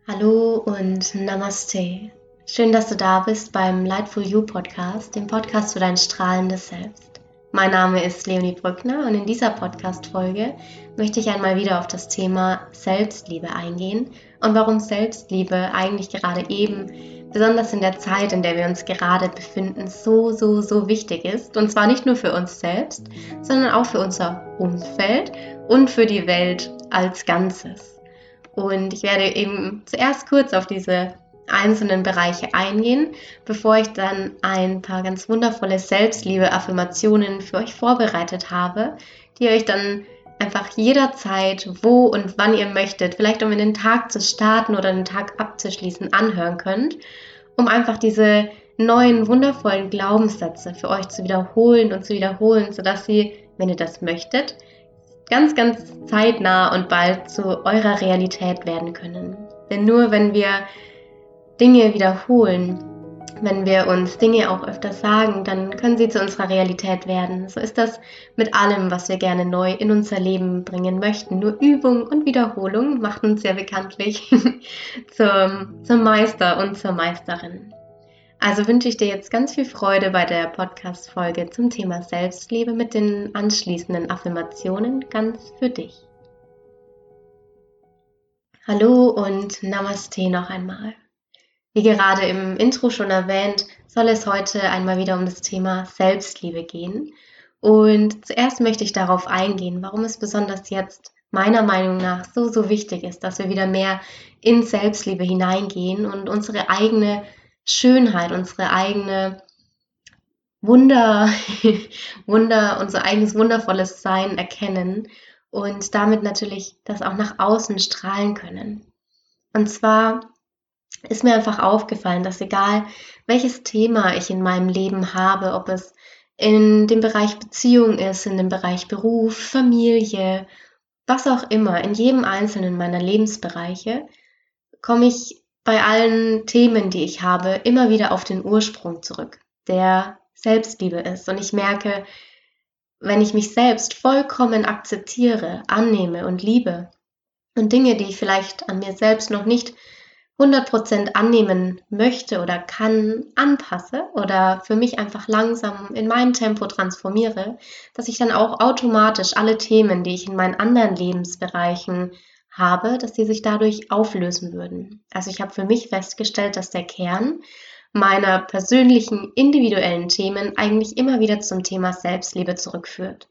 Hallo und Namaste. Schön, dass du da bist beim Lightful You Podcast, dem Podcast für dein strahlendes Selbst. Mein Name ist Leonie Brückner und in dieser Podcast-Folge möchte ich einmal wieder auf das Thema Selbstliebe eingehen und warum Selbstliebe eigentlich gerade eben, besonders in der Zeit, in der wir uns gerade befinden, so wichtig ist. Und zwar nicht nur für uns selbst, sondern auch für unser Umfeld und für die Welt als Ganzes. Und ich werde eben zuerst kurz auf diese einzelnen Bereiche eingehen, bevor ich dann ein paar ganz wundervolle Selbstliebe-Affirmationen für euch vorbereitet habe, die ihr euch dann einfach jederzeit, wo und wann ihr möchtet, vielleicht um in den Tag zu starten oder den Tag abzuschließen, anhören könnt, um einfach diese neuen, wundervollen Glaubenssätze für euch zu wiederholen, sodass sie, wenn ihr das möchtet, ganz zeitnah und bald zu eurer Realität werden können. Denn nur wenn wir Dinge wiederholen, wenn wir uns Dinge auch öfter sagen, dann können sie zu unserer Realität werden. So ist das mit allem, was wir gerne neu in unser Leben bringen möchten. Nur Übung und Wiederholung macht uns ja bekanntlich zum Meister und zur Meisterin. Also wünsche ich dir jetzt ganz viel Freude bei der Podcast-Folge zum Thema Selbstliebe mit den anschließenden Affirmationen ganz für dich. Hallo und Namaste noch einmal. Wie gerade im Intro schon erwähnt, soll es heute einmal wieder um das Thema Selbstliebe gehen. Und zuerst möchte ich darauf eingehen, warum es besonders jetzt meiner Meinung nach so wichtig ist, dass wir wieder mehr in Selbstliebe hineingehen und unsere eigene Schönheit, unsere eigene unser eigenes wundervolles Sein erkennen und damit natürlich das auch nach außen strahlen können. Und zwar ist mir einfach aufgefallen, dass egal welches Thema ich in meinem Leben habe, ob es in dem Bereich Beziehung ist, in dem Bereich Beruf, Familie, was auch immer, in jedem einzelnen meiner Lebensbereiche, komme ich bei allen Themen, die ich habe, immer wieder auf den Ursprung zurück, der Selbstliebe ist. Und ich merke, wenn ich mich selbst vollkommen akzeptiere, annehme und liebe und Dinge, die ich vielleicht an mir selbst noch nicht 100% annehmen möchte oder kann, anpasse oder für mich einfach langsam in meinem Tempo transformiere, dass ich dann auch automatisch alle Themen, die ich in meinen anderen Lebensbereichen habe, dass die sich dadurch auflösen würden. Also ich habe für mich festgestellt, dass der Kern meiner persönlichen, individuellen Themen eigentlich immer wieder zum Thema Selbstliebe zurückführt.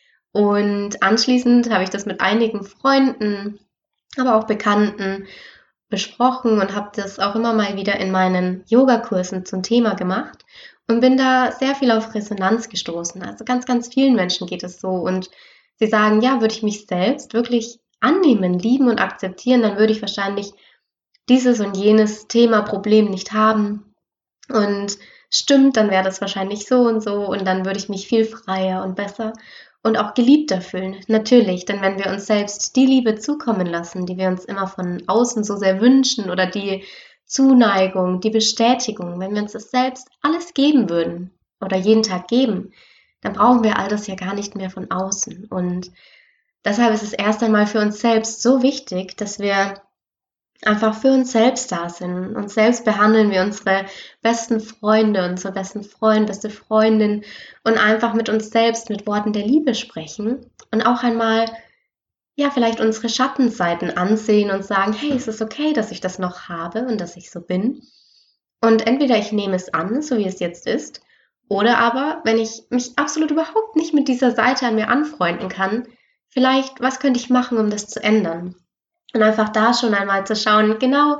Und anschließend habe ich das mit einigen Freunden, aber auch Bekannten besprochen und habe das auch immer mal wieder in meinen Yogakursen zum Thema gemacht und bin da sehr viel auf Resonanz gestoßen. Also ganz vielen Menschen geht es so und sie sagen, ja, würde ich mich selbst wirklich annehmen, lieben und akzeptieren, dann würde ich wahrscheinlich dieses und jenes Thema, Problem nicht haben und stimmt, dann wäre das wahrscheinlich so und dann würde ich mich viel freier und besser und auch geliebter fühlen. Natürlich, denn wenn wir uns selbst die Liebe zukommen lassen, die wir uns immer von außen so sehr wünschen oder die Zuneigung, die Bestätigung, wenn wir uns das selbst alles geben würden oder jeden Tag geben, dann brauchen wir all das ja gar nicht mehr von außen. Und deshalb ist es erst einmal für uns selbst so wichtig, dass wir einfach für uns selbst da sind. Uns selbst behandeln wie unsere besten Freunde, unsere besten Freund, beste Freundin und einfach mit uns selbst mit Worten der Liebe sprechen und auch einmal, ja, vielleicht unsere Schattenseiten ansehen und sagen, hey, es ist okay, dass ich das noch habe und dass ich so bin. Und entweder ich nehme es an, so wie es jetzt ist, oder aber, wenn ich mich absolut überhaupt nicht mit dieser Seite an mir anfreunden kann, vielleicht, was könnte ich machen, um das zu ändern? Und einfach da schon einmal zu schauen, genau,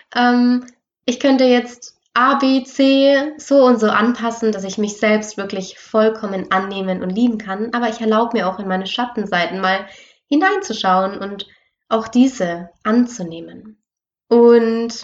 ich könnte jetzt A, B, C so und so anpassen, dass ich mich selbst wirklich vollkommen annehmen und lieben kann. Aber ich erlaube mir auch in meine Schattenseiten mal hineinzuschauen und auch diese anzunehmen. Und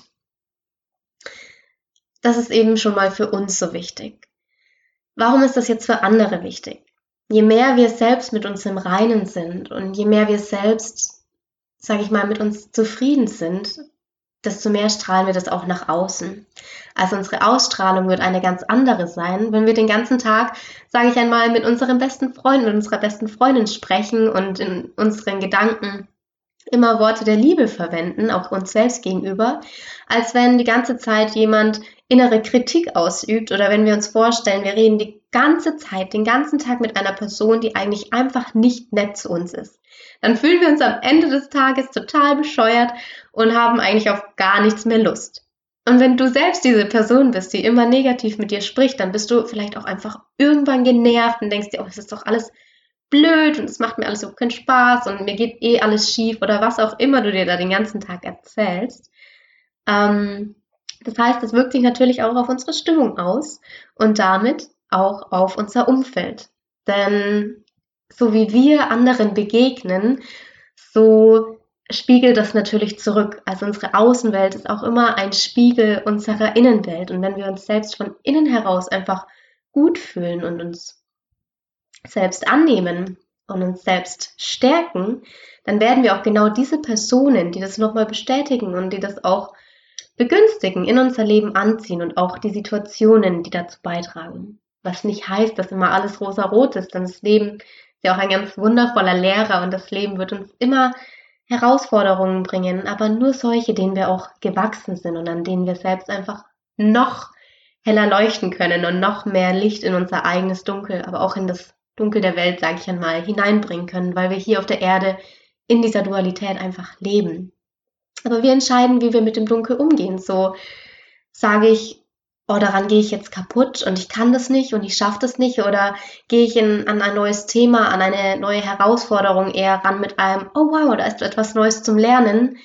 das ist eben schon mal für uns so wichtig. Warum ist das jetzt für andere wichtig? Je mehr wir selbst mit uns im Reinen sind und je mehr wir selbst, sage ich mal, mit uns zufrieden sind, desto mehr strahlen wir das auch nach außen. Also unsere Ausstrahlung wird eine ganz andere sein, wenn wir den ganzen Tag, sage ich einmal, mit unserem besten Freund und unserer besten Freundin sprechen und in unseren Gedanken immer Worte der Liebe verwenden, auch uns selbst gegenüber, als wenn die ganze Zeit jemand innere Kritik ausübt oder wenn wir uns vorstellen, wir reden die ganze Zeit, den ganzen Tag mit einer Person, die eigentlich einfach nicht nett zu uns ist. Dann fühlen wir uns am Ende des Tages total bescheuert und haben eigentlich auf gar nichts mehr Lust. Und wenn du selbst diese Person bist, die immer negativ mit dir spricht, dann bist du vielleicht auch einfach irgendwann genervt und denkst dir, oh, es ist doch alles blöd und es macht mir alles so keinen Spaß und mir geht eh alles schief oder was auch immer du dir da den ganzen Tag erzählst. Das heißt, das wirkt sich natürlich auch auf unsere Stimmung aus und damit auch auf unser Umfeld. Denn so wie wir anderen begegnen, so spiegelt das natürlich zurück. Also unsere Außenwelt ist auch immer ein Spiegel unserer Innenwelt. Und wenn wir uns selbst von innen heraus einfach gut fühlen und uns selbst annehmen und uns selbst stärken, dann werden wir auch genau diese Personen, die das nochmal bestätigen und die das auch begünstigen, in unser Leben anziehen und auch die Situationen, die dazu beitragen. Was nicht heißt, dass immer alles rosa-rot ist, denn das Leben ist ja auch ein ganz wundervoller Lehrer und das Leben wird uns immer Herausforderungen bringen, aber nur solche, denen wir auch gewachsen sind und an denen wir selbst einfach noch heller leuchten können und noch mehr Licht in unser eigenes Dunkel, aber auch in das Dunkel der Welt, sage ich einmal, hineinbringen können, weil wir hier auf der Erde in dieser Dualität einfach leben. Aber wir entscheiden, wie wir mit dem Dunkel umgehen. So sage ich, oh, daran gehe ich jetzt kaputt und ich kann das nicht und ich schaffe das nicht, oder gehe ich an ein neues Thema, an eine neue Herausforderung eher ran mit einem, oh wow, da ist etwas Neues zum Lernen.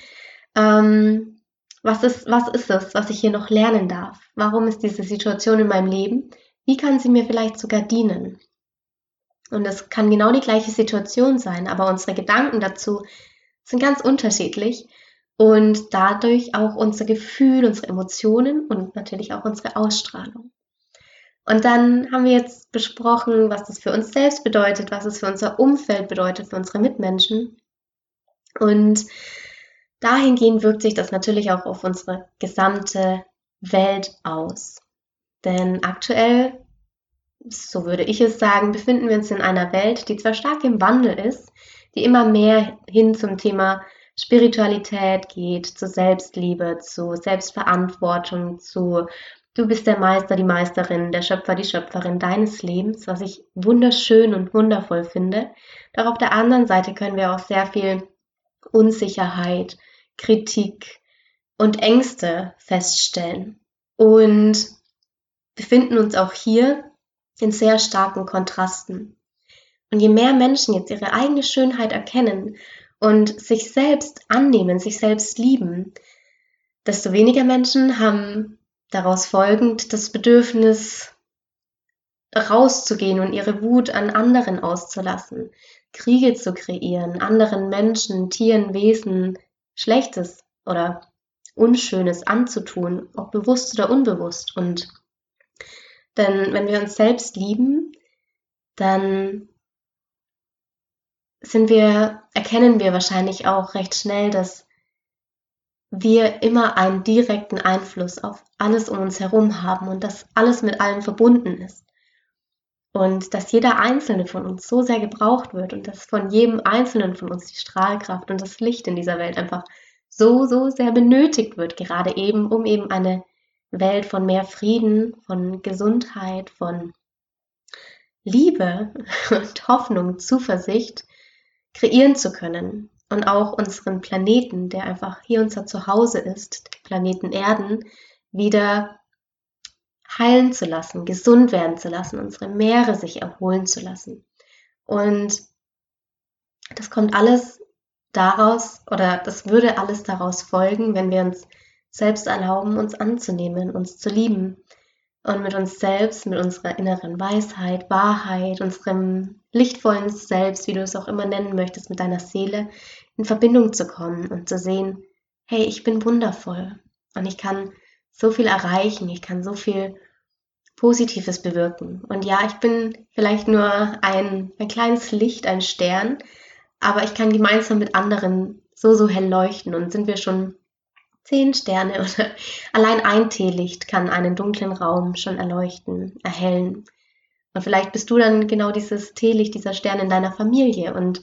Was ist es, was ich hier noch lernen darf? Warum ist diese Situation in meinem Leben? Wie kann sie mir vielleicht sogar dienen? Und es kann genau die gleiche Situation sein, aber unsere Gedanken dazu sind ganz unterschiedlich und dadurch auch unser Gefühl, unsere Emotionen und natürlich auch unsere Ausstrahlung. Und dann haben wir jetzt besprochen, was das für uns selbst bedeutet, was es für unser Umfeld bedeutet, für unsere Mitmenschen. Und dahingehend wirkt sich das natürlich auch auf unsere gesamte Welt aus. Denn aktuell, so würde ich es sagen, befinden wir uns in einer Welt, die zwar stark im Wandel ist, die immer mehr hin zum Thema Spiritualität geht, zu Selbstliebe, zu Selbstverantwortung, zu du bist der Meister, die Meisterin, der Schöpfer, die Schöpferin deines Lebens, was ich wunderschön und wundervoll finde. Doch auf der anderen Seite können wir auch sehr viel Unsicherheit, Kritik und Ängste feststellen und befinden uns auch hier in sehr starken Kontrasten. Und je mehr Menschen jetzt ihre eigene Schönheit erkennen und sich selbst annehmen, sich selbst lieben, desto weniger Menschen haben daraus folgend das Bedürfnis, rauszugehen und ihre Wut an anderen auszulassen, Kriege zu kreieren, anderen Menschen, Tieren, Wesen Schlechtes oder Unschönes anzutun, ob bewusst oder unbewusst. Und denn wenn wir uns selbst lieben, dann erkennen wir wahrscheinlich auch recht schnell, dass wir immer einen direkten Einfluss auf alles um uns herum haben und dass alles mit allem verbunden ist. Und dass jeder Einzelne von uns so sehr gebraucht wird und dass von jedem Einzelnen von uns die Strahlkraft und das Licht in dieser Welt einfach so, so sehr benötigt wird, gerade eben, um eben eine Welt von mehr Frieden, von Gesundheit, von Liebe und Hoffnung, Zuversicht kreieren zu können. Und auch unseren Planeten, der einfach hier unser Zuhause ist, den Planeten Erden, wieder heilen zu lassen, gesund werden zu lassen, unsere Meere sich erholen zu lassen. Und das kommt alles daraus, oder das würde alles daraus folgen, wenn wir uns selbst erlauben, uns anzunehmen, uns zu lieben und mit uns selbst, mit unserer inneren Weisheit, Wahrheit, unserem lichtvollen Selbst, wie du es auch immer nennen möchtest, mit deiner Seele in Verbindung zu kommen und zu sehen, hey, ich bin wundervoll und ich kann so viel erreichen, ich kann so viel Positives bewirken. Und ja, ich bin vielleicht nur ein kleines Licht, ein Stern, aber ich kann gemeinsam mit anderen so, so hell leuchten. Und sind wir schon 10 Sterne oder allein ein Teelicht kann einen dunklen Raum schon erleuchten, erhellen. Und vielleicht bist du dann genau dieses Teelicht, dieser Stern in deiner Familie und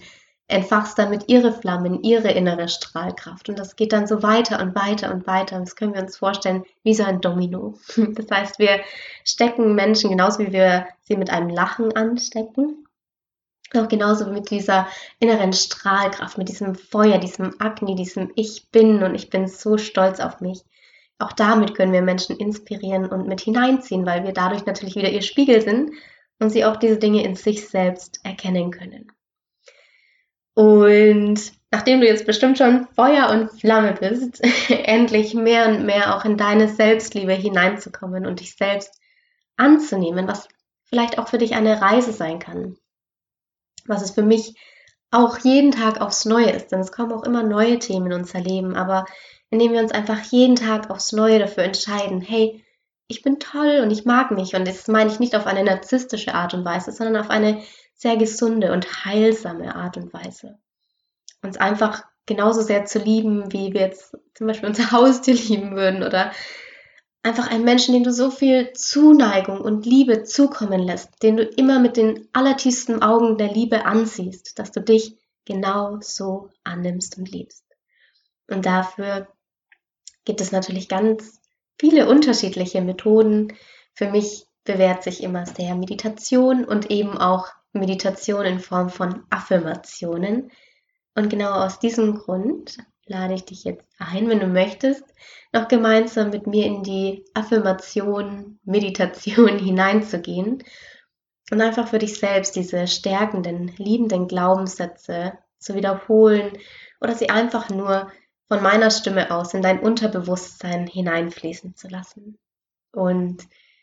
entfachst damit ihre Flammen, ihre innere Strahlkraft. Und das geht dann so weiter und weiter und weiter. Und das können wir uns vorstellen wie so ein Domino. Das heißt, wir stecken Menschen genauso wie wir sie mit einem Lachen anstecken. Auch genauso mit dieser inneren Strahlkraft, mit diesem Feuer, diesem Agni, diesem Ich bin und ich bin so stolz auf mich. Auch damit können wir Menschen inspirieren und mit hineinziehen, weil wir dadurch natürlich wieder ihr Spiegel sind und sie auch diese Dinge in sich selbst erkennen können. Und nachdem du jetzt bestimmt schon Feuer und Flamme bist, endlich mehr und mehr auch in deine Selbstliebe hineinzukommen und dich selbst anzunehmen, was vielleicht auch für dich eine Reise sein kann. Was es für mich auch jeden Tag aufs Neue ist, denn es kommen auch immer neue Themen in unser Leben, aber indem wir uns einfach jeden Tag aufs Neue dafür entscheiden, hey, ich bin toll und ich mag mich, und das meine ich nicht auf eine narzisstische Art und Weise, sondern auf eine sehr gesunde und heilsame Art und Weise. Uns einfach genauso sehr zu lieben, wie wir jetzt zum Beispiel unser Haustier lieben würden, oder einfach einen Menschen, dem du so viel Zuneigung und Liebe zukommen lässt, den du immer mit den allertiefsten Augen der Liebe ansiehst, dass du dich genau so annimmst und liebst. Und dafür gibt es natürlich ganz viele unterschiedliche Methoden. Für mich bewährt sich immer sehr Meditation und eben auch Meditation in Form von Affirmationen. Und genau aus diesem Grund lade ich dich jetzt ein, wenn du möchtest, noch gemeinsam mit mir in die Affirmation, Meditation hineinzugehen und einfach für dich selbst diese stärkenden, liebenden Glaubenssätze zu wiederholen oder sie einfach nur von meiner Stimme aus in dein Unterbewusstsein hineinfließen zu lassen. Und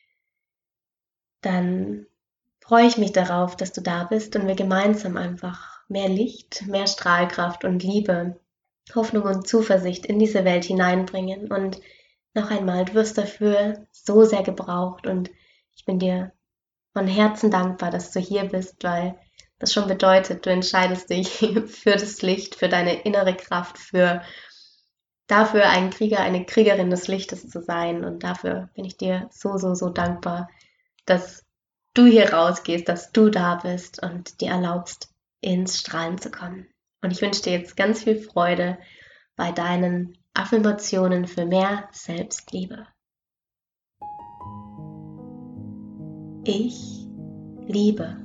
dann freue ich mich darauf, dass du da bist und wir gemeinsam einfach mehr Licht, mehr Strahlkraft und Liebe, Hoffnung und Zuversicht in diese Welt hineinbringen. Und noch einmal, du wirst dafür so sehr gebraucht und ich bin dir von Herzen dankbar, dass du hier bist, weil das schon bedeutet, du entscheidest dich für das Licht, für deine innere Kraft, dafür ein Krieger, eine Kriegerin des Lichtes zu sein. Und dafür bin ich dir so, so, so dankbar, dass du hier rausgehst, dass du da bist und dir erlaubst, ins Strahlen zu kommen. Und ich wünsche dir jetzt ganz viel Freude bei deinen Affirmationen für mehr Selbstliebe. Ich liebe.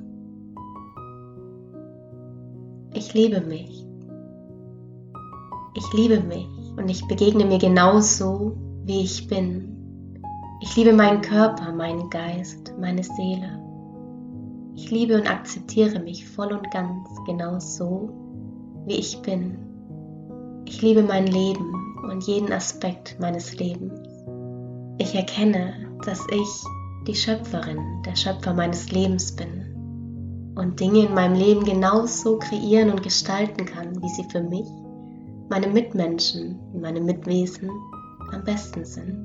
Ich liebe mich. Ich liebe mich und ich begegne mir genauso, wie ich bin. Ich liebe meinen Körper, meinen Geist, meine Seele. Ich liebe und akzeptiere mich voll und ganz genau so, wie ich bin. Ich liebe mein Leben und jeden Aspekt meines Lebens. Ich erkenne, dass ich die Schöpferin, der Schöpfer meines Lebens bin und Dinge in meinem Leben genauso kreieren und gestalten kann, wie sie für mich, meine Mitmenschen und meine Mitwesen am besten sind.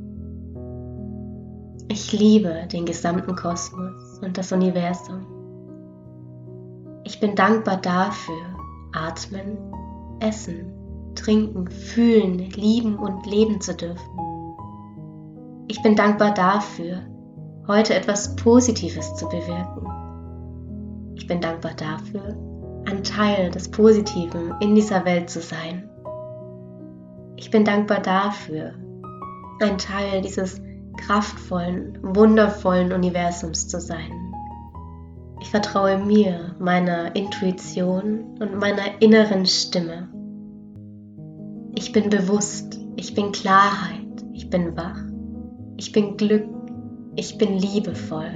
Ich liebe den gesamten Kosmos und das Universum. Ich bin dankbar dafür, atmen, essen, trinken, fühlen, lieben und leben zu dürfen. Ich bin dankbar dafür, heute etwas Positives zu bewirken. Ich bin dankbar dafür, ein Teil des Positiven in dieser Welt zu sein. Ich bin dankbar dafür, ein Teil dieses kraftvollen, wundervollen Universums zu sein. Ich vertraue mir, meiner Intuition und meiner inneren Stimme. Ich bin bewusst, ich bin Klarheit, ich bin wach, ich bin Glück, ich bin liebevoll.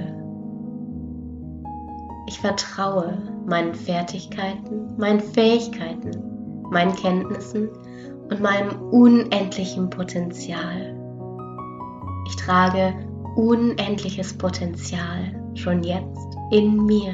Ich vertraue meinen Fertigkeiten, meinen Fähigkeiten, meinen Kenntnissen und meinem unendlichen Potenzial. Ich trage unendliches Potenzial schon jetzt in mir.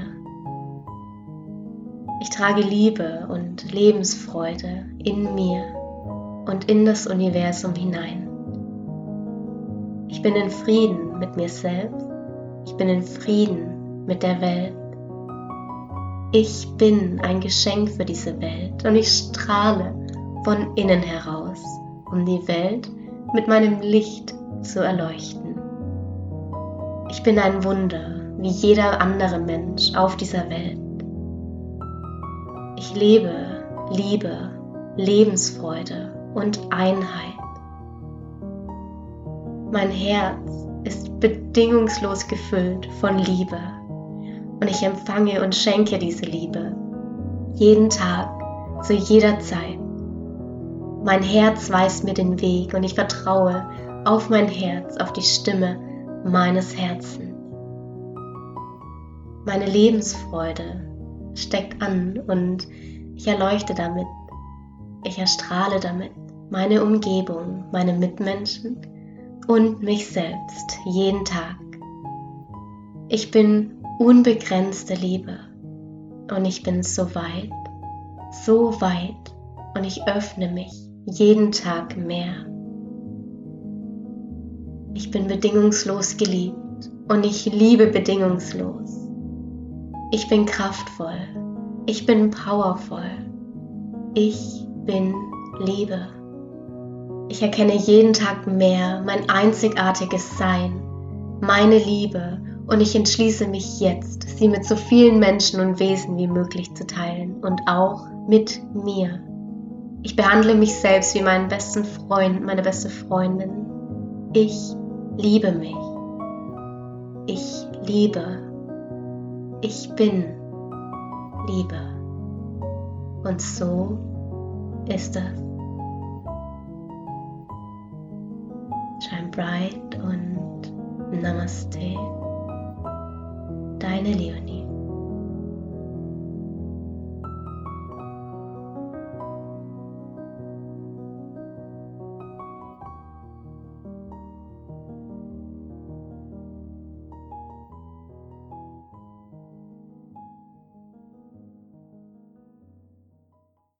Ich trage Liebe und Lebensfreude in mir und in das Universum hinein. Ich bin in Frieden mit mir selbst. Ich bin in Frieden mit der Welt. Ich bin ein Geschenk für diese Welt und ich strahle von innen heraus, um die Welt mit meinem Licht zu erleuchten. Ich bin ein Wunder, wie jeder andere Mensch auf dieser Welt. Ich lebe Liebe, Lebensfreude und Einheit. Mein Herz ist bedingungslos gefüllt von Liebe und ich empfange und schenke diese Liebe jeden Tag, zu jeder Zeit. Mein Herz weist mir den Weg und ich vertraue auf mein Herz, auf die Stimme meines Herzens. Meine Lebensfreude steckt an und ich erleuchte damit, ich erstrahle damit meine Umgebung, meine Mitmenschen und mich selbst jeden Tag. Ich bin unbegrenzte Liebe und ich bin so weit und ich öffne mich jeden Tag mehr. Ich bin bedingungslos geliebt und ich liebe bedingungslos. Ich bin kraftvoll, ich bin powervoll, ich bin Liebe. Ich erkenne jeden Tag mehr mein einzigartiges Sein, meine Liebe und ich entschließe mich jetzt, sie mit so vielen Menschen und Wesen wie möglich zu teilen und auch mit mir. Ich behandle mich selbst wie meinen besten Freund, meine beste Freundin. Ich liebe mich. Ich liebe. Ich bin Liebe. Und so ist es. Shine bright und Namaste. Deine Leonie.